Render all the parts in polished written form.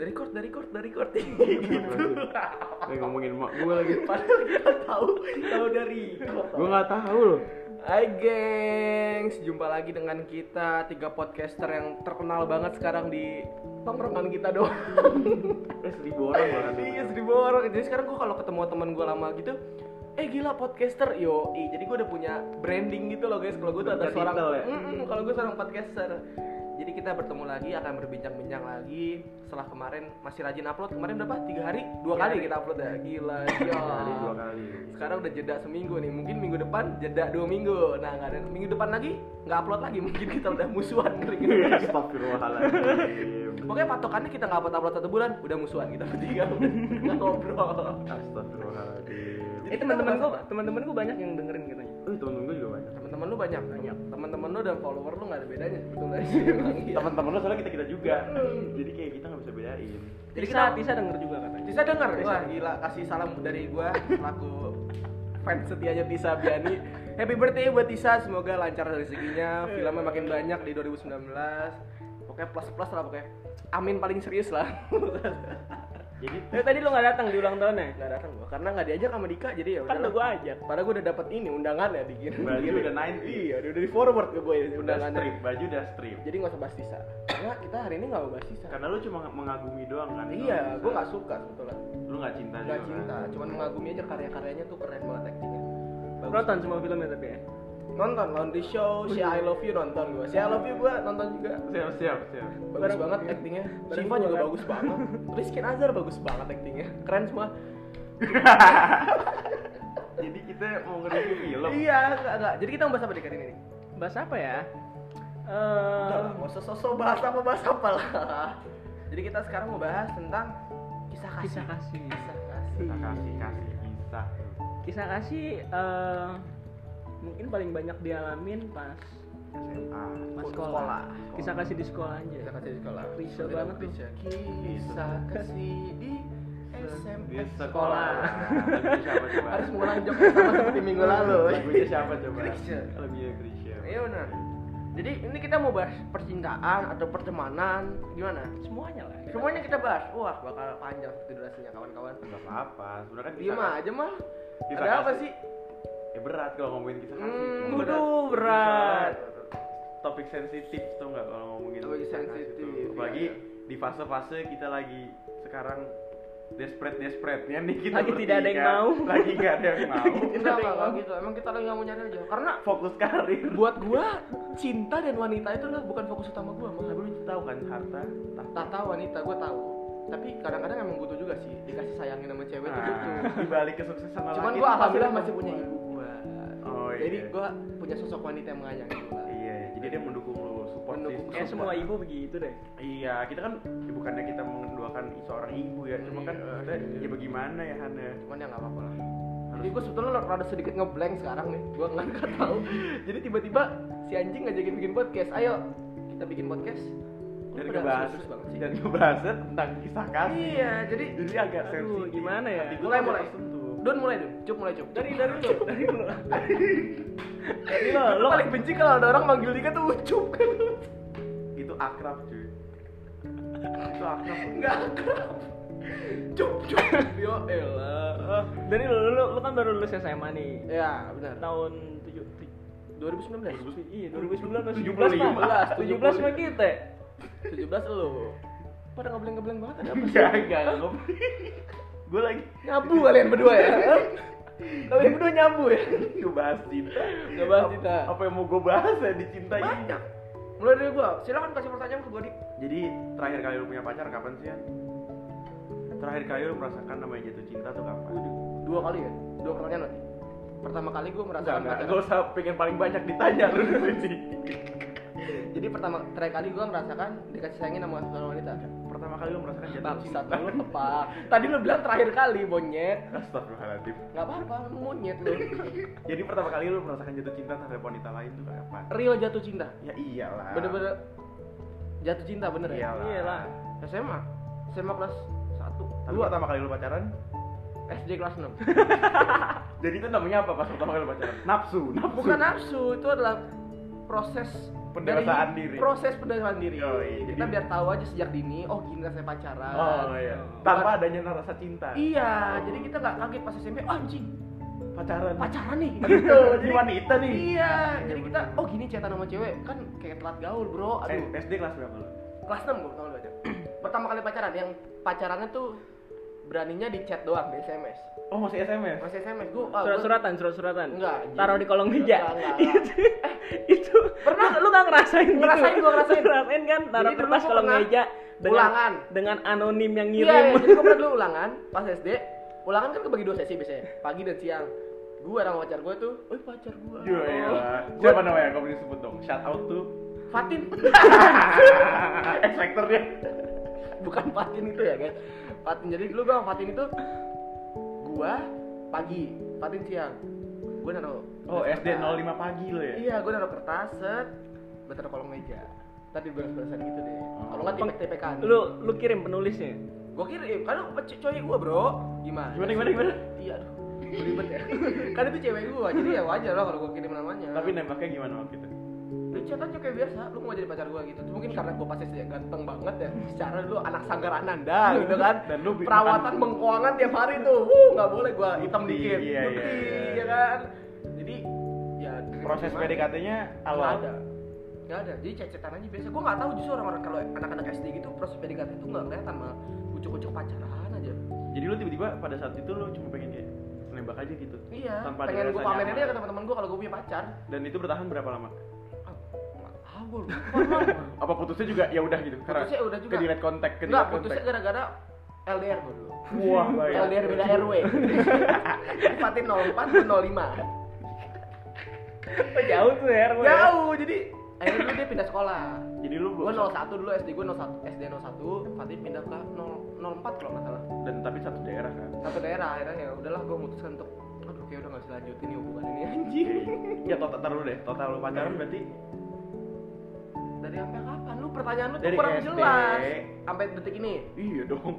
Udah record gitu. Ngomongin emak gue lagi. Padahal kita tahu dari Gue nggak tahu loh. Hai gengs, jumpa lagi dengan kita 3 podcaster yang terkenal banget sekarang di tongkrongan kita doang. 1.000 orang bahkan. Iya 1.000 orang. Jadi sekarang gue kalau ketemu teman gue lama gitu, gila podcaster, jadi gue udah punya branding gitu loh guys. Kalau gue tuh ada seorang, kalau gue seorang podcaster. Jadi kita bertemu lagi, akan berbincang-bincang lagi. Setelah kemarin masih rajin upload. Kemarin berapa? 3 hari? 2 kali kita upload ya. Gila, Hari 2 kali. Sekarang udah jeda seminggu nih. Mungkin minggu depan jeda 2 minggu. Nah, nggak ada minggu depan lagi nggak upload lagi. Mungkin kita udah musuhan kering. Astagfirullahaladzim. Pokoknya patokannya kita nggak upload 1 bulan, udah musuhan kita bertiga. Udah nggak ngobrol. Astagfirullahaladzim. Teman-teman gue banyak yang dengerin katanya. Temen-temen gue juga banyak. Teman-teman lu banyak. Teman-teman lu dan follower lu nggak ada bedanya sebetulnya. Temen-temen lo soalnya kita juga. Jadi kayak kita nggak bisa bedain. Jadi Tisa denger juga katanya. Tisa denger. Wah gila, kasih salam dari gua selaku fans setianya Tisa Biani. Happy birthday buat Tisa, semoga lancar rezekinya, filmnya makin banyak di 2019. Pokoknya plus lah pokoknya. Amin paling serius lah. Jadi Tadi lo nggak datang di ulang tahunnya? Nggak datang gua karena nggak diajak sama Dika, jadi ya Kan udah gue ajak. padahal gua udah dapat ini undangannya dikirim. baju udah 90. Iya, udah di forward ke gue Udah undangannya. strip, baju udah strip. Jadi nggak usah bahas Tisa. Karena kita hari ini nggak mau bahas Tisa. Karena lu cuma mengagumi doang kan. Iya, gua nggak suka sebetulnya. Lu nggak cinta juga. Nggak cinta, cuman mengagumi aja karya-karyanya tuh keren banget actingnya. Bagus. Nonton semua filmnya tapi ya. Nonton Laundry Show, si I Love You nonton gue. Si I Love You gue nonton juga. Siap. Bagus Bareng- banget iya. actingnya. Bareng Siva gua juga kan. bagus banget. Rizky Nazar bagus banget actingnya. Keren semua. Jadi kita mau nge-review film. Iya, enggak. Jadi kita mau bahas apa di kali ini? Bahas apa ya? Udah lah, nggak usah sosok bahas apa lah. Jadi kita sekarang mau bahas tentang kisah kasih. Kisah kasih. Kita kasih kisah. Kisah kasih mungkin paling banyak dialamin pas SMA. Sekolah. Kisah kasih di sekolah aja. Kisah kasih di sekolah. Klise banget tuh. Kisah kasih di SMP Di sekolah. Lagunya siapa coba? Harus mengulang joknya sama seperti minggu lalu. Lagunya siapa coba? Krisya. Lagunya Krisya. Iya benar. Jadi ini kita mau bahas percintaan atau pertemanan, gimana? Semuanya lah. Semuanya kita bahas. Wah, bakal panjang durasinya kawan-kawan. Enggak apa-apa. Sebenarnya kan Diem aja mah. Kisah Ada apa kasih. sih? Ya berat kalau ngomongin kisah kasih. Waduh, berat. Topik sensitif tuh nggak kalau ngomongin Topik kisah kasih sensitif, tuh. Apalagi iya. di fase-fase kita lagi sekarang desperate-nya nih kita Lagi tidak ada yang mau. Lagi nggak ada yang mau. Kita nggak gitu. Emang kita lagi nggak mau nyari aja. Karena Fokus karir. buat gua cinta dan wanita itu lah bukan fokus utama gua. Tapi Makanya lu tahu kan harta tata wanita gua tahu. Tapi kadang-kadang emang butuh juga sih dikasih sayangin sama cewek tuh butuh. di balik kesuksesan orang Cuman itu gua alhamdulillah pasti masih punya ibu gua. Oh, iya. Jadi gua punya sosok wanita yang mengayomi gua. Iya, jadi dia mendukung lu, support Mendukung. system. Kayak semua ibu begitu deh. Iya, kita kan ya bukannya kita mendoakan seorang ibu ya, cuma kan Iya. kita ya bagaimana ya Hana. Cuman ya nggak apa-apa lah. Jadi gue sebetulnya rada sedikit ngeblank sekarang nih. Gue nggak tahu. Jadi tiba-tiba si anjing ngajakin bikin podcast. Ayo kita bikin podcast. Dan Udah ngebahas serius banget sih. dan ngebahas tentang kisah kasih. Iya, jadi agak Aduh, sensitif. gimana ya? Hati gua mulai. agak tersentuh. Don mulai Don. Cup mulai cup. Dari lu. Lo paling benci kalau ada orang manggil Dika tuh ucup kan. Itu akrab cuy. Itu akrab. Enggak akrab. Cup. Yo elah. Dari lu kan baru lulus SMA nih. Ya, benar. Tahun 2019. Iya, 2019 75. 17 mah kita. 17 lo. Pada ngebleng banget ada apa sih? Enggak. Gue lagi Nyabu kalian berdua ya. Kalian berdua nyabu ya. ngebahas cinta. Ngebahas cinta. Apa yang mau gue bahas ya di cinta ini? Banyak. Mulai dari gua. Silakan kasih pertanyaan ke gua, Dik. Jadi terakhir kali lu punya pacar kapan sih? Han? Terakhir kali lu merasakan namanya jatuh cinta tuh kapan? 2 kali ya? 2 pertanyaan nanti. Pertama kali gua merasakan Enggak, pacaran. gak usah pengen paling banyak ditanya lu di sini. Jadi terakhir kali gua merasakan dikasih sayangin sama seorang wanita. Pertama kali lu merasakan jatuh Bangsat cinta. lu apa? Tadi lu bilang terakhir kali, monyet. Astagfirullahaladzim. Enggak apa-apa, monyet lu. Jadi pertama kali lu merasakan jatuh cinta terhadap wanita lain tuh kapan? Real jatuh cinta. Ya iyalah. Bener-bener jatuh cinta bener ya? Iyalah. SMA. SMA kelas 1. Tapi pertama kali lu pacaran? SD kelas 6. Jadi itu namanya apa pas pertama kali lu pacaran? Nafsu. Bukan nafsu, itu adalah proses Pendewasaan dari diri. Proses pendewasaan diri. Yoi, Kita jadi- biar tahu aja sejak dini, oh gini rasanya pacaran. Oh iya. Tanpa adanya rasa cinta. Iya, jadi kita nggak kaget pas SMP, oh, anjing, Pacaran nih. Gitu. Jadi wanita nih. Iya, jadi kita, oh gini chatan sama cewek, kan kayak telat gaul, bro. Aduh, SD kelas berapa lu? kelas 6 gue pertama kali baca. Pertama kali pacaran, yang pacarannya tuh beraninya di chat doang, di SMS. Oh, masih SMS. Masih SMS, gue Surat-suratan. Enggak, anjing. Taruh di kolong meja. Enggak. Itu Pernah? lu nggak ngerasain gitu? Ngerasain, gua ngerasain. Ngerasain kan taruh Jadi dulu kertas gua kolong pernah meja ulangan. dengan anonim yang Iya, ngirim. jadi gue pernah dulu ulangan pas SD. Ulangan kan kebagi 2 sesi biasanya, pagi dan siang. Gue sama pacar gue tuh, pacar gue. Iya. Siapa namanya? Kamu disebut dong. Shout out to Fatin. X Factor dia. Bukan Fatin itu ya guys. Fatin, jadi dulu gue sama Fatin itu gue pagi, Fatin siang. Gue naruh. Oh, SD 05 pagi lo ya? Iya, gue naruh kertas, gue taruh kolong meja. Tadi beres-beresan gitu deh. Kalau nggak tipek-tipekan. Lu kirim penulisnya. Gue kirim, kan cewek gue bro. Gimana? Gimana? Iya, aduh, ribet ya. Kan itu cewek gue, jadi ya wajar lah kalau gue kirim namanya. Tapi nembaknya gimana waktu itu? Lu chat aja kayak biasa, lu mau jadi pacar gue gitu. Mungkin karena gue pasti ganteng banget ya. Secara dulu anak Sanggar Ananda gitu kan. Dan lu perawatan bengkoangan tiap hari tuh. Nggak boleh gue hitam Putih, dikit. iya, Putih, iya. ya kan. Jadi ya Proses gimana? PDKT-nya Nggak awal. ada. Nggak ada. Jadi chat-chatan aja biasa. Gue nggak tahu justru orang-orang kalau anak-anak SD gitu proses PDKT itu nggak kelihatan, malah ucuk-ucuk pacaran aja. Jadi lu tiba-tiba pada saat itu lu cuma pengen kayak nembak aja gitu. Iya. Tanpa ada Pengen gue rasa pamerin nyaman. aja ke teman-teman gue kalau gue punya pacar. Dan itu bertahan berapa lama? Nggak tahu gue lupa. Apa putusnya juga ya udah gitu? Karena Putusnya udah juga. ke delete kontak, Enggak, putusnya gara-gara LDR gue dulu. Wah, baik. LDR beda RW. Fatin 04, gue 05. Jauh tuh ya. Jauh, jadi akhirnya dulu dia pindah sekolah. Jadi lu Gue 01 dulu, SD gue 01, SD 01, Fatin pindah ke 04 kalau nggak salah. dan tapi satu daerah kan. Satu daerah, akhirnya ya udahlah gue memutuskan untuk aduh kayak udah nggak bisa lanjutin nih hubungan ini anjing. Ya total dulu deh. Total lu pacaran berarti Dari sampai kapan? Lu pertanyaan lu tuh Dari kurang SD. jelas. Sampai detik ini. iya dong.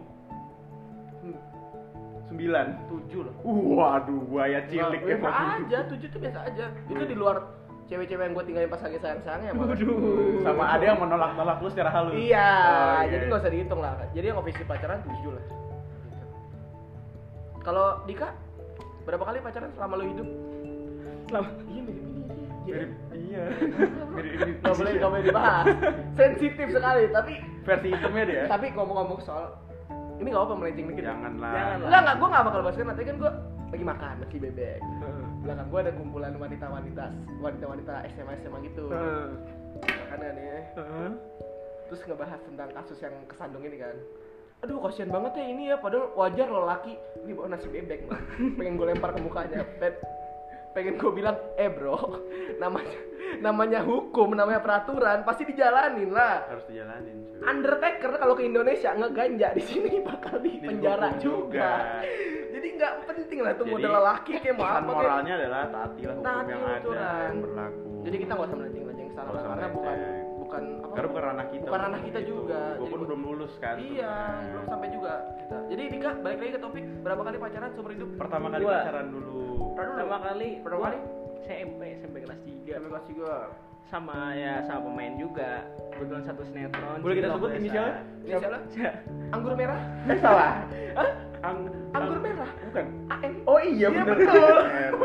9. 7 lah. Waduh, buaya cilik biasa emang. aja, 7 tuh biasa aja. Itu di luar cewek-cewek yang gue tinggalin pas lagi sayang-sayangnya malah. Sama ada yang menolak-nolak lu secara halus. Iya, Oh, jadi nggak usah dihitung lah. Jadi yang official pacaran 7 lah. Gitu. Kalau Dika, berapa kali pacaran selama lu hidup? Iya mirip ini. Mirip iya. Mirip ini. Nggak boleh dibahas. Sensitif sekali. Tapi Versi hitamnya dia. ngomong-ngomong soal ini nggak apa melenceng dikit. Janganlah. Enggak, gue nggak bakal bahas kan. Nanti kan gue lagi makan nasi bebek. Belakang gue ada kumpulan wanita-wanita SMA gitu. Makan kan ya. Terus ngebahas tentang kasus yang kesandung ini kan. Aduh kasihan banget ya ini ya, padahal wajar loh laki ini bawa nasi bebek mah. Pengen gue lempar ke mukanya. Pengen gue bilang, bro, namanya hukum, namanya peraturan, pasti dijalanin lah. Harus dijalanin. cuy. Undertaker kalau ke Indonesia ngeganja di sini bakal di penjara Dihukum juga. Jadi nggak penting lah tuh Jadi, modal laki kayak mau Pesan apa kayak. moralnya adalah taatilah hukum Taati yang ada aturan. yang berlaku. Jadi kita nggak usah melenceng ke sana Nggak usah karena bukan melenceng. apa? Karena bukan ranah kita. Bukan ranah kita gitu. juga. Gua Jadi pun belum lulus kan. Iya, sebenarnya. belum sampai juga kita. Jadi Dika, balik lagi ke topik berapa kali pacaran seumur hidup? Pertama kali Gua. pacaran dulu. Pertama kali Pertama kali? SMP kelas 3 Sampai kelas 3. sama pemain juga. Kebetulan satu sinetron. Boleh kita Cinlok sebut biasa. inisialnya? Ini siapa? Anggur merah? Salah. Hah? Anggur merah? Bukan. AM. Oh iya bener. betul.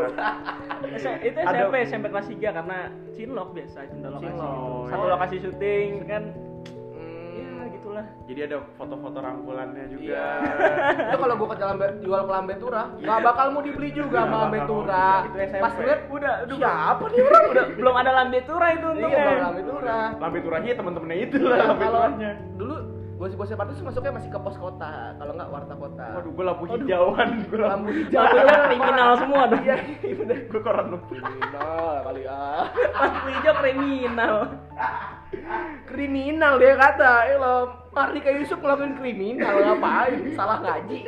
Itu SMP kelas 3 karena Cinlok biasa, cinta lokasi. Cinlok. Satu lokasi syuting kan. Ya Hmm. gitulah. Jadi ada foto-foto rangkulannya juga. Iya. Itu kalau gua jual ke Lambe Tura, nggak bakal mau dibeli juga sama Lambe Tura. Itu SMP. Pas lihat Udah siapa nih orang? udah belum ada Lambe Tura itu Iya, untungnya. baru Lambe Tura. Lambe turanya temen-temennya itu lah. Nah, Lambe kalau turanya. dulu gosip-gosip artis masuknya masih ke pos kota, kalau nggak warta kota. Waduh, gue lampu hijauan. Gue Lampu hijau. Lampunya kriminal semua dong. Iya, bener. Gue koran lupa. Kriminal kali ya. Lampu hijau kriminal. Kriminal dia kata, lo Mardika Yusuf ngelakuin kriminal ngapain? Salah ngaji.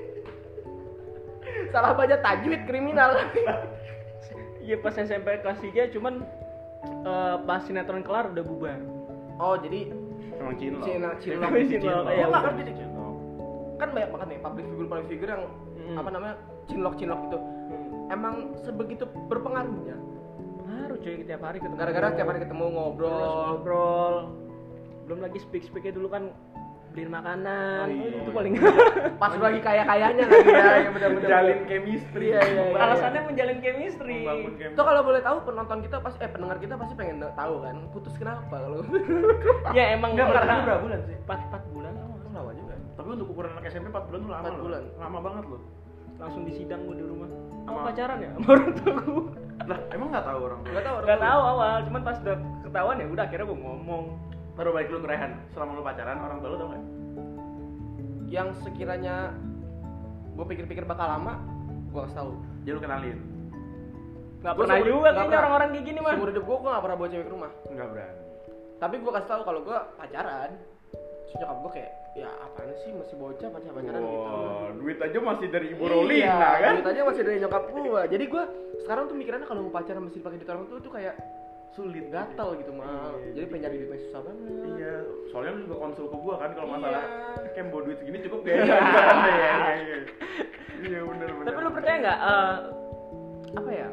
Salah baca tajwid kriminal. Iya pas SMP kelas 3 cuman pas sinetron kelar udah bubar. Oh, jadi Emang cinlok. Cinlok. Cinlok, Gua iya, nggak bener. ngerti deh. Kan banyak banget nih public figure yang apa namanya cinlok itu. Emang sebegitu berpengaruhnya. Ngaruh cuy, tiap hari ketemu. Gara-gara tiap hari ketemu Terus ngobrol. Belum lagi speak-speaknya dulu kan beliin makanan. Itu paling pas lagi kaya-kayanya lagi ya, yang benar-benar Jalin chemistry. Iya. alasannya menjalin chemistry. Membangun chemistry. Itu kalau boleh tahu penonton kita pasti pendengar kita pasti pengen tahu kan, putus kenapa kalau Ya emang Enggak, karena berapa bulan sih? 4 bulan lama juga. Tapi untuk ukuran anak SMP 4 bulan tuh lama 4 bulan. loh. Lama banget loh. langsung disidang gue di rumah. Mau Sama- pacaran ya? Sama orang tua gue. Lah, emang enggak tahu orang tua? Enggak tahu. Gak tahu awal, cuman pas udah ketahuan ya udah akhirnya gue ngomong. Baru balik lu ke Rehan. Selama lu pacaran orang tua lu tau enggak? Yang sekiranya gue pikir-pikir bakal lama, gue kasih tahu. Dia lu kenalin. Gak Gua pernah seumur- juga nggak kayaknya pernah. orang-orang kayak gini mah. Seumur hidup gue nggak pernah bawa cewek ke rumah. Enggak berani. Tapi gue kasih tahu kalau gue pacaran. Terus nyokap gue kayak, ya apaan sih masih bocah pacaran gitu. Duit aja masih dari Ibu Iya, Rolina kan? duit aja masih dari nyokap gue. Jadi gue sekarang tuh mikirannya kalau mau pacaran mesti pakai duit orang tua tuh kayak sulit, gatel gitu mal. Iya. Jadi pengen nyari duitnya susah banget. Iya, soalnya lu juga konsul ke gua kan kalau Iya. masalah kayak bawa duit segini cukup kayaknya. Iya. Iya benar. Tapi lu percaya nggak? Apa ya?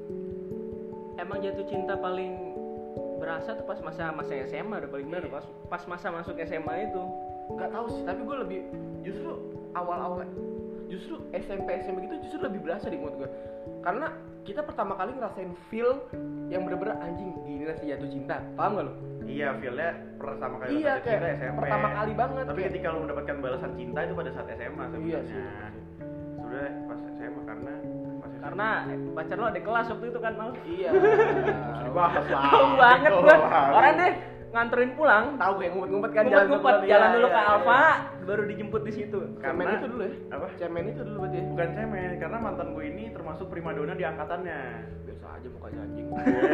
Emang jatuh cinta paling berasa tuh pas masa SMA udah paling bener. Pas masa masuk SMA itu. Gak tahu sih, tapi gue lebih justru awal-awal justru SMP gitu justru lebih berasa di mood gue. Karena kita pertama kali ngerasain feel yang bener-bener anjing gini rasanya jatuh cinta. Paham gak lo? Iya, feel-nya pertama kali Iya, dapat kayak cinta SMP. pertama kali banget. Tapi kayak, ketika lu mendapatkan balasan cinta itu pada saat SMA sebenarnya. Iya sih. Sudah pas SMA karena pas SMA. Karena pacar lo ada kelas waktu itu kan mal. iya. dibahas lah. Tahu banget Itu gue. lah. Orang deh nganterin pulang. Tahu kayak ngumpet-ngumpet kan Ngumpet-ngumpet jalan dulu ke iya, Alfa, baru dijemput di situ. Cemen itu dulu ya? Apa? Cemen itu dulu berarti ya? Bukan cemen, karena mantan gue ini termasuk primadona di angkatannya. Biasa aja mukanya anjing.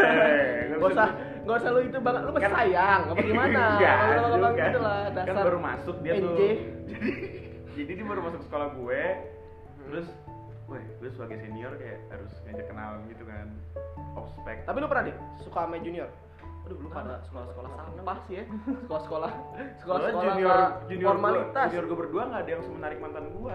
Nggak Gak usah lu itu banget, lu masih Kan- sayang, apa gimana? Enggak, Ngomong-ngomong juga. gitu lah, Kan dasar baru masuk dia tuh. NJ. Jadi dia baru masuk sekolah gue. Terus, weh, gue sebagai senior kayak harus ngajak kenalan gitu kan. Ospek. Tapi lu pernah deh suka sama junior? Aduh, lu pada sekolah-sekolah sampah sih ya. Sekolah-sekolah Soalnya nggak junior formalitas. junior gue berdua nggak ada yang semenarik mantan gue.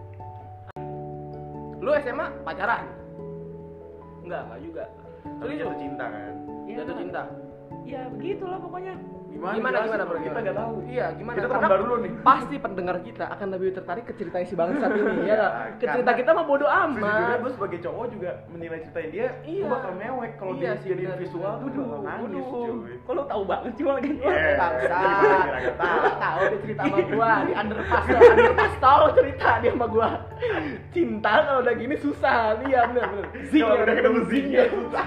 Lu SMA pacaran? Enggak juga. Tapi jatuh cinta kan. Jatuh cinta. Ya begitulah pokoknya. Gimana bro? Kita nggak tahu. Iya, gimana? Kita Karena teman baru lu nih. pasti pendengar kita akan lebih tertarik ke ceritanya si bangsat ini ya nggak? Ke cerita Karena kita mah bodo Sejujurnya amat. gue sebagai cowok juga menilai ceritanya dia, Iya. gue bakal mewek kalau Iya dia sih, jadiin benar. visual tuh bakal nangis cuy. Kok lo tahu banget sih mal gitu? Iya. Bangsat. Kira-kira Tahu dia cerita sama gua di underpass tahu cerita dia sama gua. Cinta kalau udah gini susah. Iya benar. Zing Kalau udah ketemu zingnya susah.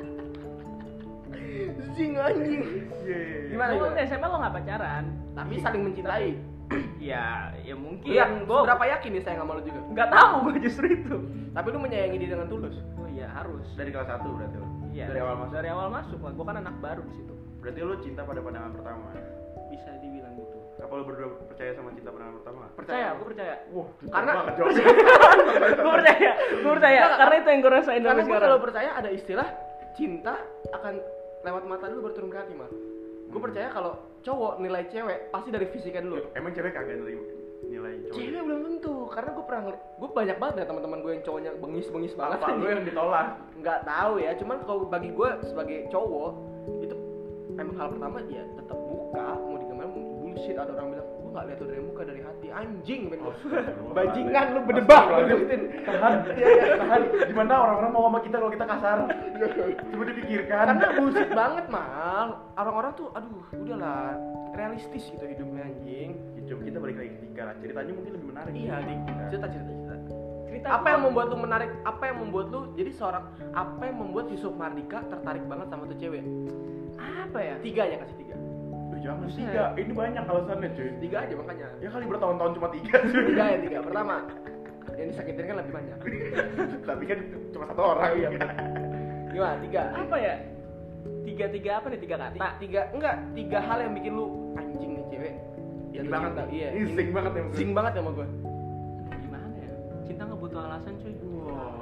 Zing anjing. Gimana Lo gimana? SMA lo nggak pacaran? Tapi saling mencintai. Ya mungkin. Iya, Gue berapa yakin nih sayang sama lu juga? nggak tahu gue justru itu. Tapi lu menyayangi dia dengan tulus. Oh iya harus. Dari kelas 1 berarti lo? Iya. Dari awal masuk? Dari awal masuk lah. Gue kan anak baru di situ. Berarti lo cinta pada pandangan pertama? Bisa dibilang gitu. Apa lo berdua percaya sama cinta pandangan pertama? Percaya, gue percaya. Wah, Karena- Gue percaya. Nggak, Karena itu yang gue rasain Karena sampai gua sekarang. kalau percaya ada istilah cinta akan lewat mata dulu baru turun ke hati mah. Gue percaya kalau cowok nilai cewek pasti dari fisiknya dulu. Emang cewek kagak nilai cowok? Cewek belum tentu, karena gue pernah gue banyak banget ya teman-teman gue yang cowoknya bengis banget. Apa lo yang ditolak? Nggak tahu ya, cuman kalau bagi gue sebagai cowok itu emang hal pertama ya tetap muka, mau digimana mau bullshit. Ada orang bilang gue nggak lihat lu dari muka, dari hati. Anjing men. Bajingan lu berdebah. Tahan. Gimana orang-orang mau sama kita kalau kita kasar? Coba dipikirkan. Karena bullshit banget mal. Orang-orang tuh aduh udahlah realistis gitu hidupnya anjing. Ya, coba kita balik lagi ke Dika lah. Ceritanya mungkin lebih menarik. Iya, Dik. Cerita. Cerita Apa yang membuat lu menarik? Apa yang membuat lu jadi seorang? Apa yang membuat Yusuf Mardika tertarik banget sama tuh cewek? apa ya? 3 aja, kasih 3. Jangan Buset. 3. Ini banyak alasannya cuy. 3 aja makanya. Ya kali bertahun-tahun cuma 3 cuy. 3 ya 3. Pertama, yang disakitin kan lebih banyak. Tapi kan cuma 1 orang. Iya, bener. Gimana? 3. Apa ya? Tiga apa nih? 3 kata. 3 hal yang bikin lu anjing nih cewek. Ini Jatuh banget cinta. nih. Iya. Ini zing banget ya. Zing banget sama gue. Gimana ya? Cinta nggak butuh alasan cuy. Wah,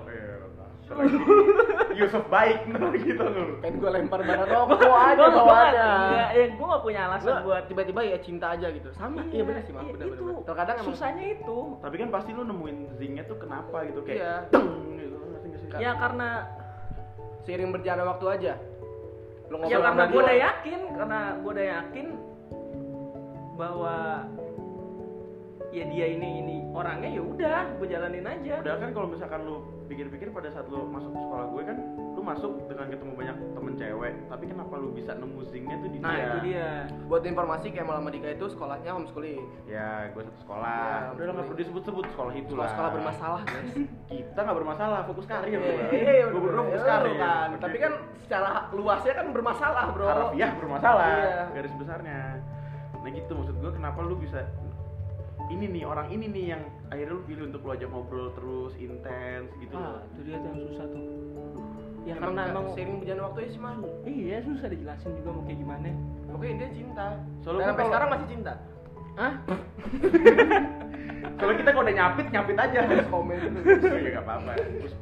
Yusuf baik nih gitu loh. Pengen gue lempar bara rokok aja Gua bawaannya. Enggak, ya gue nggak punya alasan Gua buat tiba-tiba ya cinta aja gitu. Sama. Iya benar sih, Mak. Iya, Benar. itu Terkadang emang susahnya itu. Tapi kan pasti lu nemuin zingnya tuh kenapa gitu kayak Iya. deng gitu. Ngerti nggak sih? Ya karena seiring berjalannya waktu aja. Lu Ya ngobrol karena sama gue dia. udah yakin bahwa ya dia ini orangnya, ya udah gue jalanin aja. Udah kan kalau misalkan lu pikir-pikir pada saat lu masuk sekolah gue kan lu masuk dengan ketemu banyak temen cewek, tapi kenapa lu bisa nemu zingnya tuh di dia? Nah itu dia. Buat informasi kayak malam Dika itu sekolahnya homeschooling. Ya gue satu sekolah. Ya, Udah lah nggak perlu disebut-sebut sekolah itu lah. Sekolah bermasalah guys. Kita nggak bermasalah, fokus karir. Iya, Gue berdua fokus karir. kan. Oke. Tapi kan secara luasnya kan bermasalah, Bro. Harafiah bermasalah. Iya. Garis besarnya. Nah gitu maksud gue, kenapa lu bisa orang ini nih yang akhirnya lu pilih untuk lu ajak ngobrol terus intens gitu. Itu dia tuh yang susah tuh. Ya Emang karena emang seiring berjalannya waktu ya sih mah. iya susah dijelasin juga mau kayak gimana. Pokoknya dia cinta. Soalnya Dan sampai kalau- sekarang masih cinta. Hah? Soalnya kita kalau udah nyapit aja. Komen dulu. Oh iya nggak apa-apa.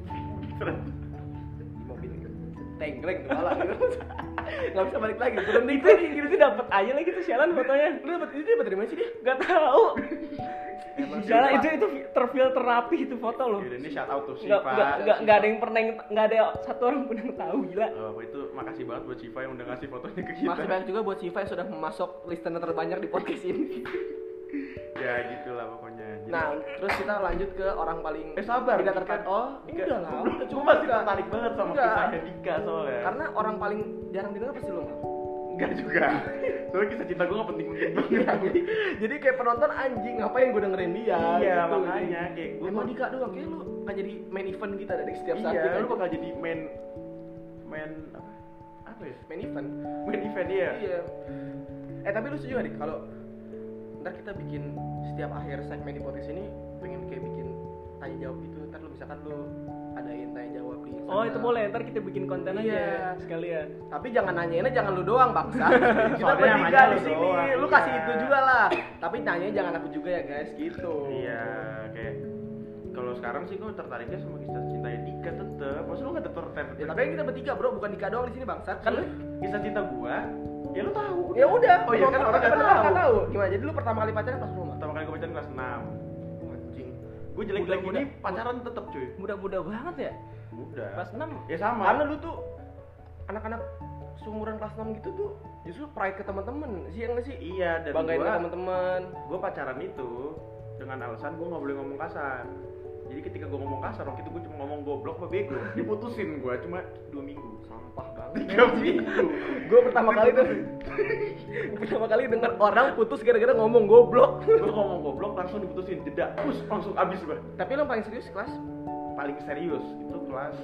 Di mobil tengkleng kepala gitu. Enggak bisa balik lagi. Berhenti Itu gitu dapat aja lagi tuh sialan fotonya. Lu dapat dari mana sih dia? Gak tahu. Emang Sialan siapa? itu terfilter rapi itu foto loh. Yaudah, ini shout out to Nggak Shiva. ada yang pernah, nggak ada satu orang pun yang tahu, gila. Oh, itu makasih banget buat Shiva yang udah ngasih fotonya ke kita. Makasih banyak juga buat Shiva yang sudah memasok listener terbanyak di podcast ini. Ya gitulah pokoknya. Jadi, Nah, terus kita lanjut ke orang paling sabar. tidak Dika. tertarik. Oh, Dika. udah lah. Udah Gue masih Dika. tertarik banget sama Enggak. kisahnya Dika soalnya. Karena orang paling jarang didengar pasti lu. Enggak juga. Soalnya kisah cinta gue gak penting-penting banget. Jadi kayak penonton anjing, ngapain gue dengerin dia? Iya, gitu. makanya kayak gue Emang Dika doang, kayak lu akan jadi main event kita dari setiap saat. Iya, kita lu bakal jadi main apa ya? main event. Main event dia. Iya. Tapi lu setuju gak dik kalau ntar kita bikin setiap akhir segmen di podcast ini pengen kayak bikin tanya jawab gitu. Ntar lu misalkan lu adain tanya jawab di Instagram. Oh itu boleh, ntar kita bikin konten Iya. aja sekalian. Tapi jangan nanyainnya jangan lu doang bangsa. Kita Soalnya yang bertiga nanya di lu sini. doang, Lu iya. kasih itu juga lah. Tapi nanyanya jangan aku juga ya guys gitu. Iya, kayak kalau sekarang sih gue tertariknya sama kisah cintanya Dika tetep. Maksud lu gak tertarik? Ya tapi kan kita bertiga bro, bukan Dika doang di sini bangsa. Kan kisah cinta gua, ya lu tahu. ya udah. Oh iya kan orang gak nggak tahu. tahu. Gimana? Jadi lu pertama kali pacaran pas rumah? Pertama kali gue pacaran kelas 6. Anjing. Gue jelek-jelek Muda-muda. gini pacaran tetep cuy. Mudah-mudah banget ya. Udah. Kelas 6. Ya sama. Karena lu tuh anak-anak seumuran kelas 6 gitu tuh justru pride ke teman-teman sih yang nggak sih? Iya, dan Banggain ke gua teman-teman. pacaran itu dengan alasan gue nggak boleh ngomong kasar. Jadi ketika gue ngomong kasar waktu itu gue cuma ngomong goblok apa bego, diputusin gue cuma 2 minggu. Sampah banget. 3 minggu. Gue pertama kali tuh pertama kali dengar orang putus gara-gara ngomong goblok. Gue ngomong goblok langsung diputusin, jeda, langsung abis gue. Tapi lo paling serius kelas Paling serius itu kelas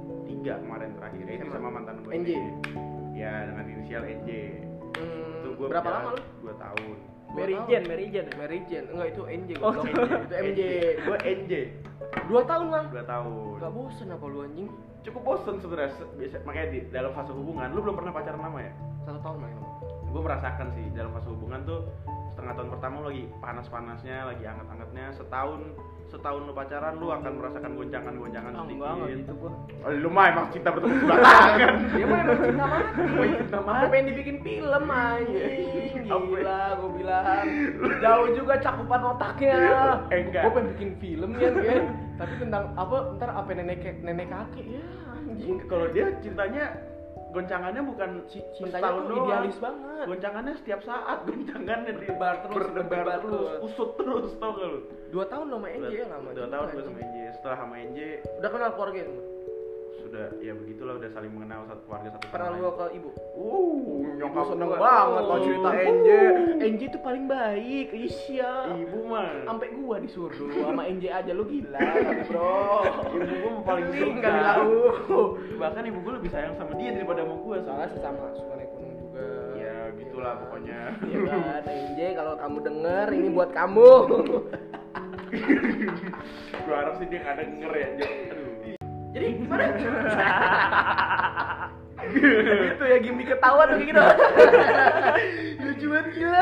3 kemarin terakhir. Ini SMA. sama mantan gue. NJ? Ya dengan inisial NJ. Itu gue berapa lama lu? 2 tahun. Mary tahun. Jane, Mary Jane. Mary Jane. Enggak itu NJ Oh, goblok. Itu MJ. Gue NJ 2 tahun bang. 2 tahun. Gak bosen apa lu anjing? Cukup bosen sebenarnya. Makanya di dalam fase hubungan, lu belum pernah pacaran lama ya? 1 tahun main. Gue merasakan sih dalam fase hubungan tuh setengah tahun pertama lu lagi panas-panasnya, lagi anget-angetnya. Setahun lu pacaran, lu akan merasakan goncangan-goncangan sedikit. Enggak gitu gua. Oh, lu mah emang cinta bertepuk sebelah tangan. Dia mah emang cinta mati. Cinta Gue mati. pengen dibikin film anjing. Apa? Gila, gue bilang. Jauh juga cakupan otaknya. Enggak. Gue pengen bikin film ya, kan. Tapi tentang apa? Ntar apa nenek kakek ya anjing. Kalau dia cintanya goncangannya bukan Cintanya setahun tuh doang. idealis banget. Goncangannya setiap saat, goncangannya Berdebar terus, berdebar berdebar terus, terus. usut terus, tau gak lu? 2 tahun lo sama NJ ya lama. 2 juga, tahun gue anjing. sama NJ. Setelah sama NJ Udah kenal keluarga itu? sudah ya begitulah, udah saling mengenal satu keluarga satu sama Pernah lain. lu ke ibu? Nyokap Gue seneng gua. banget kalau cerita NJ. NJ tuh paling baik, Isya. Ibu mah Sampai gua disuruh sama NJ aja lu gila kali bro. ibu gue mah paling Mending suka. kali lau. Bahkan ibu gue lebih sayang sama dia daripada sama gue. Soalnya sesama suka naik gunung juga. Ya gitulah pokoknya. Iya kan, NJ kalau kamu denger ini buat kamu. Gue harap sih dia nggak denger ya. Aduh. Jadi gimana? Itu ya gimmick ketawa tuh kayak gitu. Lucu banget gila.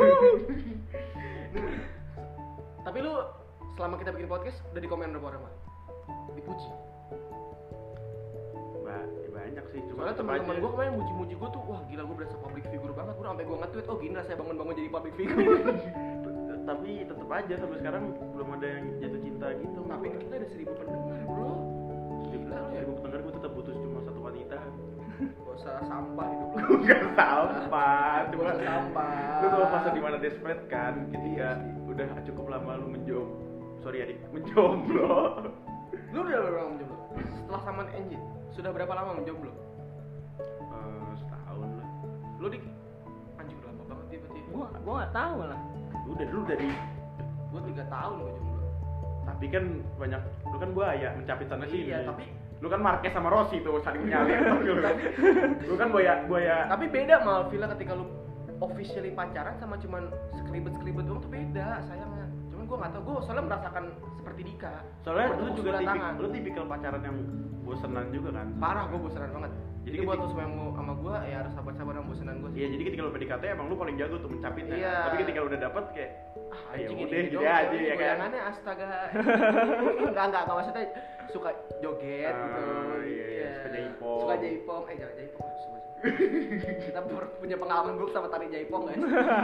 Tapi lu selama kita bikin podcast udah di komen berapa orang mah? Dipuji. Banyak sih, cuma Soalnya tetep teman-teman aja. gue kemarin muji-muji gue tuh, wah gila gue berasa public figure banget. Gue sampai gue nge-tweet, oh gini lah saya bangun-bangun jadi public figure. Tapi tetep aja sampai sekarang belum ada yang jatuh cinta gitu. Tapi kita ada 1000 pendengar bro. gila lu ya. Gue denger gue tetap putus cuma satu wanita. Gak usah sampah hidup lu. Gak sampah, cuma Gak usah sampah. lu tuh fase dimana desperate kan, ketika udah cukup lama lu menjomblo. Lu udah berapa lama menjomblo? Setelah sama Angie, sudah berapa lama menjomblo? Setahun lah. Lu dik, anjing udah lama banget dia berarti. Gua nggak tahu malah. Lu dari Gua 3 tahun gua jomblo. tapi kan banyak, lu kan buaya mencapit sana sini. Iya, tapi lu kan Marquez sama Rossi tuh saling menyalip. Lu kan buaya. tapi beda mal Villa ketika lu officially pacaran sama cuman sekelibet doang tuh beda sayangnya. Cuman gua nggak tahu, gua soalnya merasakan seperti Dika. Soalnya lu Bertepuk juga sebelah tangan. lu tipikal pacaran yang bosenan juga kan. Parah, gua bosanan banget. Jadi Jadi buat lu semua yang mau sama gua ya harus sabar-sabar sama bosanan gua sih. Iya, jadi ketika lu PDKT emang lu paling jago tuh mencapitnya. Iya. Tapi ketika lu udah dapet kayak ayo Anjing udah ini gitu dong, aja cewek ya kan. goyangannya astaga. enggak maksudnya suka joget gitu. Iya, suka jaipong. Suka jaipong. Jangan jaipong. Kita punya pengalaman buruk sama tari jaipong, guys.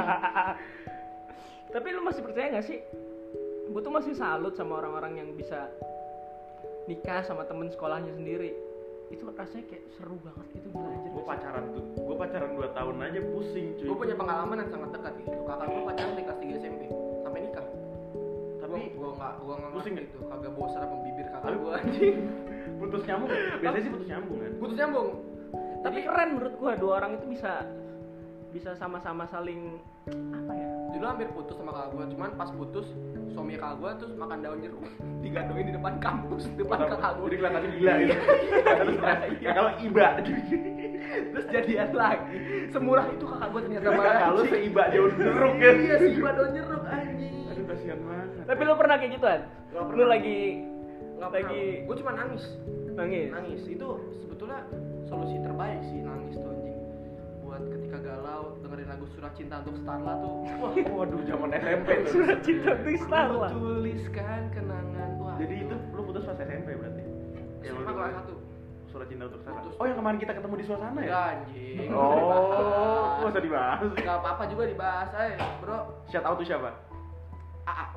Tapi lu masih percaya nggak sih? Gue tuh masih salut sama orang-orang yang bisa nikah sama temen sekolahnya sendiri. Itu rasanya kayak seru banget gitu belajar. Gue pacaran 2 tahun aja pusing cuy. Gue punya pengalaman yang sangat dekat gitu. Kakak gue pacaran di kelas 3 SMP sampai nikah. Tapi gue nggak pusing gitu. Kagak bosan apa bibir kakak Tapi- gue anjing. putus nyambung. Biasanya sih putus nyambung kan. Putus nyambung. Tapi keren menurut gue, 2 orang itu bisa sama-sama saling apa ya? Dulu hampir putus sama kakak gue, cuman pas putus suami kakak gue terus makan daun jeruk digandungin di depan kampus, depan kakak gue. Udah kelihatan gila gitu. Iya. Kalau iba Terus jadian lagi. Semurah itu kakak gue ternyata kalau seiba daun jeruk kan. Iya sih, daun jeruk anjing. Aduh kasihan banget. Tapi lu pernah kayak gituan? Gak Lu pernah. lagi Gue cuma nangis. nangis. Itu sebetulnya solusi terbaik sih, nangis tuh anjing. Buat ketika galau dengerin lagu Surat Cinta untuk Starla tuh. Wah, Waduh, zaman SMP tuh. Surat cinta tuh star lah. tuliskan kenangan. Wah. Jadi itu lu putus pas SMP berarti? SMA kelas 1. Surat cinta untuk Sarah. Putus. Oh, yang kemarin kita ketemu di suasana ya? Ya anjing. Oh, nggak usah dibahas. Gak apa-apa juga dibahas aja, bro. Shout out tuh siapa? AA.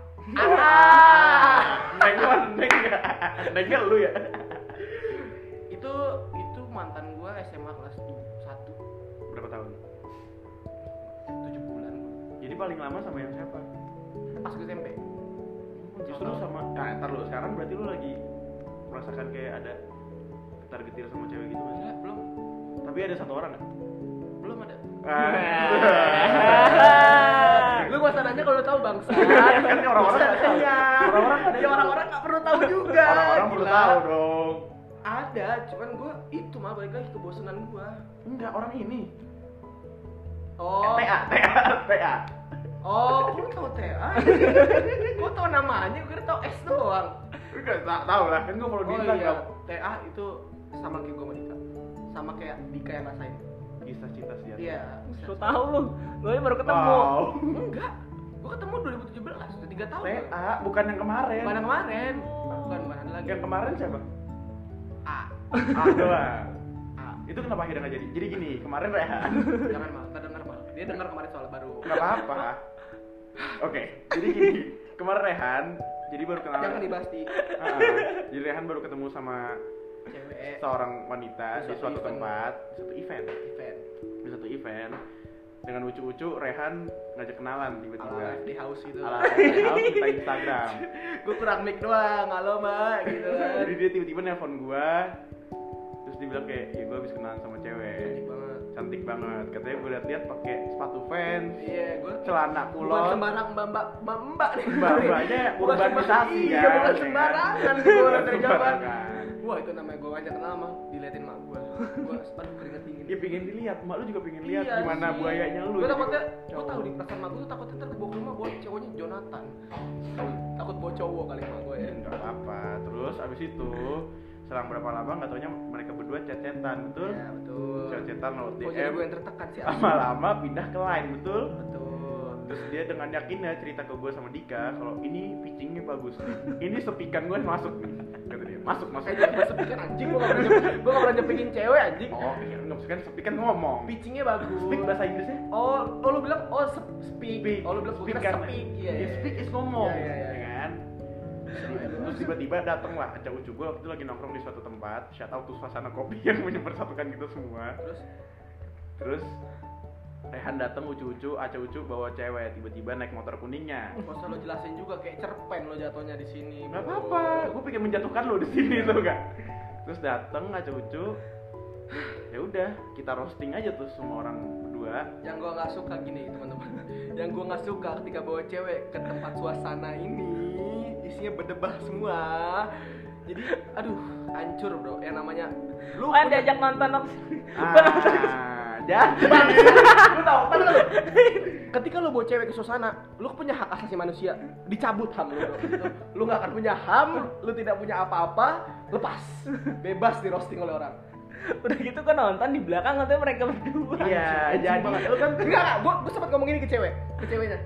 Neng lu ya? Itu mantan gua SMA kelas 1. Berapa tahun? 7 bulan gua. Jadi paling lama sama yang siapa? Pas gue SMP. Justru sama. Nah, ntar lu sekarang berarti lu lagi merasakan kayak ada getar-getir sama cewek gitu kan? Enggak, belum. Tapi ada 1 orang nggak? Belum ada. Ah. Lu gak usah nanya kalau lu tahu bangsa. Kan orang-orang nggak tahu. Iya. Orang-orang ada. Ya orang-orang nggak perlu tahu juga. Orang-orang perlu Gila. tahu dong. Ada, cuman gua itu mah balik lagi kebosanan gua. Enggak, orang ini. Oh. TA. Oh, lu tahu TA? Gua tahu namanya, gua kira tahu S doang. Enggak tahu lah, kan gua kalau Oh bilang iya, TA itu sama kayak gua sama Dika. Sama kayak Dika yang rasain. kisah cinta sejati. Iya. Lu tahu lu aja baru ketemu. Wow. Enggak. Gua ketemu 2017, udah 3 tahun. TA, bukan yang kemarin. Bukan yang kemarin. Bukan ada lagi. Yang kemarin siapa? A. Doang. A. Itu kenapa akhirnya nggak jadi? Jadi gini, kemarin Rehan. Jangan mal, entar denger mal. Dia denger kemarin soal baru. Nggak apa-apa. Oke, jadi gini, kemarin Rehan, jadi baru kenal. Jangan dibahas di Jadi Rehan baru ketemu sama cewek seorang wanita di Di suatu event. tempat, di satu event. Di satu event dengan ucu-ucu Rehan ngajak kenalan tiba-tiba. ala di house gitu. Ala house kita Instagram. Gue kurang mic doang, halo mbak gitu kan. Jadi dia tiba-tiba nelpon gua, terus dia bilang kayak, ya gua habis kenalan sama cewek. Cantik banget. Cantik banget. Katanya gua lihat-lihat pakai sepatu Vans, Iya, gue celana bukan kulot. sembarang mbak nih. Mbak-mbaknya Bukan urbanisasi sembarang- kan. Iya, bukan sembarangan sih gue orang dari zaman. Sembarangan. Wah itu namanya gue ngajak kenal mah, diliatin mak gue. Gue aduh keringet dingin. Ya pengen dilihat, mak lu juga pengen lihat Iya gimana sih. buayanya lu. Gue jadi takutnya, gue cowok. tahu di perasaan mak gue tuh takutnya ntar kebawa ke rumah buat cowoknya Jonathan. Takut bawa cowok kali mak gue ya. Enggak apa-apa. Terus abis itu selang berapa lama nggak taunya mereka berdua chat-chatan, betul? Iya betul. Chat-chatan lewat Kok jadi gue DM. yang tertekan sih? Lama-lama pindah ke line, betul? Betul. Terus dia dengan yakinnya cerita ke gue sama Dika kalau ini pitchingnya bagus nih. Ini sepikan gue masuk nih. Kata dia, masuk. Kayak jadi sepikan anjing, gue gak pernah nyepikin cewek anjing. Oh, iya nggak maksudnya sepikan ngomong. Pitchingnya bagus. Speak bahasa Inggrisnya? Oh lu bilang speak. Oh lu bilang Speak bukan kan? speak. Iya. Ya, speak is ngomong. Iya. Ya kan? Terus tiba-tiba dateng lah Aca Ucu. Gue waktu itu lagi nongkrong di suatu tempat, shout out to Suasana Kopi yang mempersatukan kita semua. Terus Rehan dateng Ucu-Ucu, Aca Ucu bawa cewek, tiba-tiba naik motor kuningnya. Gak usah lo jelasin juga, kayak cerpen lo jatuhnya di sini. Gak apa-apa, gue pengen menjatuhkan lo di sini tuh gak. Terus dateng Aca Ucu, ya udah kita roasting aja tuh semua orang berdua. Yang gue nggak suka gini teman-teman, yang gue nggak suka ketika bawa cewek ke tempat suasana ini isinya berdebah semua. Jadi aduh hancur bro, yang namanya lu Kan diajak nonton dong. Jadi lu tahu ketika lu bawa cewek ke suasana, lu punya hak asasi manusia, dicabut HAM lu bro. Lu nggak akan punya HAM, lu tidak punya apa-apa, lepas, bebas di roasting oleh orang. Udah gitu kan nonton di belakang katanya mereka berdua. Iya, jadi lu kan Enggak, gue sempat ngomong gini ke ceweknya.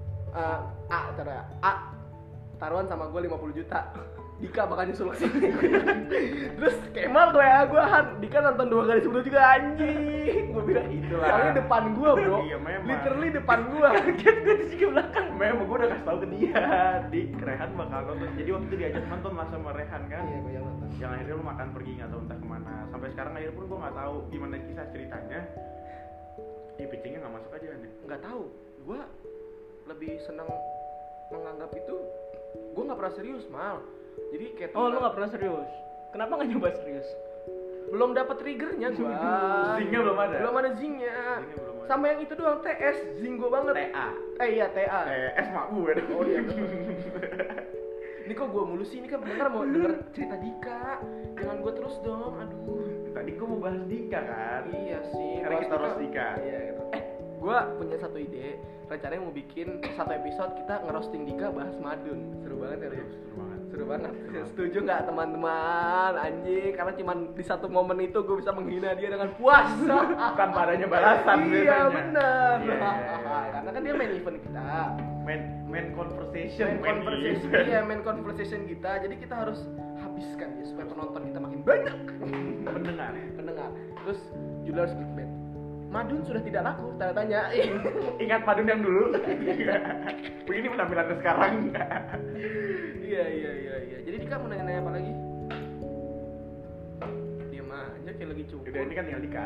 Taruhan sama gue 50 juta. Dika bakal nyusul ke sini. Terus Kemal gue Han, Dika nonton 2 kali sebelum juga anjing. Gue bilang Itulah. soalnya depan gue bro. Iya, memang. Literally depan gue. Kaget gue di segi belakang. memang gue udah kasih tau ke dia, Dik, Rehan bakal nonton. Jadi waktu itu diajak nonton lah sama Rehan kan. Iya, gue yang nonton. Yang akhirnya lu makan pergi nggak tahu entah kemana. Sampai sekarang akhirnya pun gue nggak tahu gimana kisah ceritanya. Pitchingnya nggak masuk aja nih. Nggak tahu. Gue lebih senang menganggap itu gue nggak pernah serius mal. Jadi kayak Oh, lu nggak pernah serius. Kenapa nggak nyoba serius? belum dapat triggernya gue. Zingnya belum ada. Belum ada zingnya. Zingnya belum ada. Sama yang itu doang TS, zing gue banget. TA. Iya TA. S mak gue dong. Oh iya. Ini kok gue mulu sih, ini kan bener mau denger cerita Dika. Jangan gue terus dong, aduh. Tadi gue mau bahas Dika kan. Iya sih. Karena kita roast Dika. Iya gitu. Gue punya satu ide. Rencananya mau bikin satu episode kita ngerosting Dika bahas Madun. Seru banget ya, Rik? Seru banget. Seru banget. Setuju nggak teman-teman? Anjing, karena cuman di satu momen itu gue bisa menghina dia dengan puas. Tanpa adanya balasan Iya biasanya. benar. Iya, iya, iya. Karena kan dia main event kita. Main conversation. Main conversation kita. Jadi kita harus habiskan ya supaya penonton kita makin banyak. Pendengar. Terus judul harus clickbait. Madun sudah tidak laku, tanda tanya. Ingat Madun yang dulu. Begini penampilannya sekarang. Iya. Jadi Dika mau nanya apa lagi? Diam aja kayak lagi cukup. Udah ini kan tinggal dikat.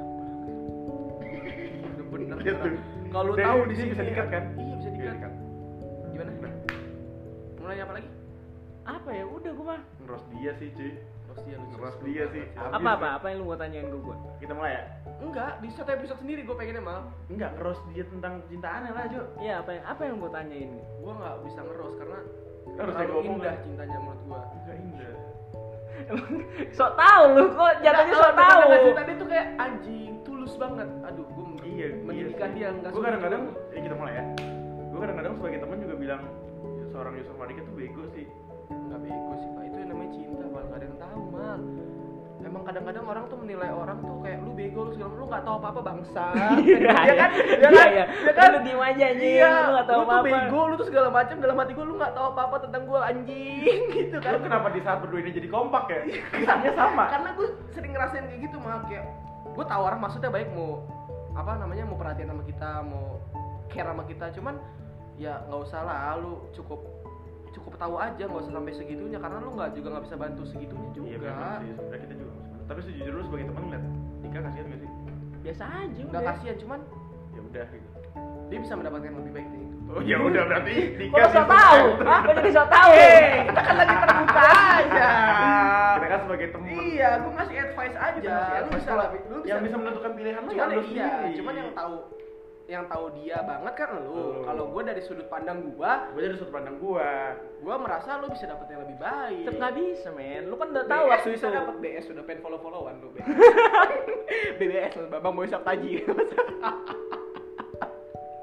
Udah bener. Lihat tuh. Kalau Dan tahu ini di sini bisa dikat kan? Iya bisa Iya, dikat. Gimana? Mau nanya apa lagi? Apa ya? Udah gua mah. Ngeroast dia sih, cuy. Ngeroast dia sih. Apa yang lu mau tanyain ke gua? Kita mulai ya? Enggak, di satu episode sendiri gue pengennya mal. Enggak, ngeroast dia tentang cintaannya lah, Jo. Iya, apa yang gua tanyain? Gue nggak bisa ngeros karena Harus terlalu saya ngomong indah kan? cintanya menurut gue. Enggak indah. Sok tahu lu kok jatuhnya sok tahu. Tadi tuh kayak anjing, tulus banget. Aduh, gue Iya, mendidikan dia nggak. Gue kadang-kadang, ini kita mulai ya. Gue kadang-kadang sebagai teman juga bilang seorang Yusuf Madika tuh bego sih. nggak bego sih pak, itu yang namanya cinta mal, nggak ada yang tahu mal. Emang kadang-kadang orang tuh menilai orang tuh kayak lu bego, lu segala, lu nggak tahu apa-apa bangsa. Iya kan? Iya kan? Lu diem aja anjing, Iya, lu nggak tahu lu tuh apa-apa. bego, lu tuh segala macam, dalam hati gue lu nggak tahu apa-apa tentang gue anjing gitu kan. Lu kenapa di saat berdua ini jadi kompak ya? Kesannya sama. Karena gue sering ngerasain kayak gitu mah, kayak gue tahu orang maksudnya baik, mau apa namanya, mau perhatian sama kita, mau care sama kita, cuman ya nggak usah lah, lu cukup tahu aja, nggak usah sampai segitunya, karena lu nggak bisa bantu segitunya juga. Iya memang sih, sebenarnya kita juga harus bantu. Tapi sejujurnya lu sebagai teman ngeliat Dika kasihan gak sih? Biasa aja Nggak udah. kasihan, cuman Ya udah gitu. dia bisa mendapatkan yang lebih baik dari itu. Oh ya udah berarti Dika Kok sok bisa- tahu? Hah? Kok jadi sok tahu? Kita kan lagi terbuka aja. Kita kan sebagai teman. Iya, gue ngasih advice aja. Lu bisa lebih, lu bisa yang bisa menentukan pilihan lu cuman ya lu iya, sendiri. cuman yang tahu dia banget kan lu. Oh. Kalau gue dari sudut pandang gue dari sudut pandang gue merasa lu bisa dapet yang lebih baik. Tetep nggak bisa men. Lu kan udah tahu BS waktu bisa itu. dapet BS, sudah pengen follow-followan lu BS. BBS lu, Babang Boy Saptaji.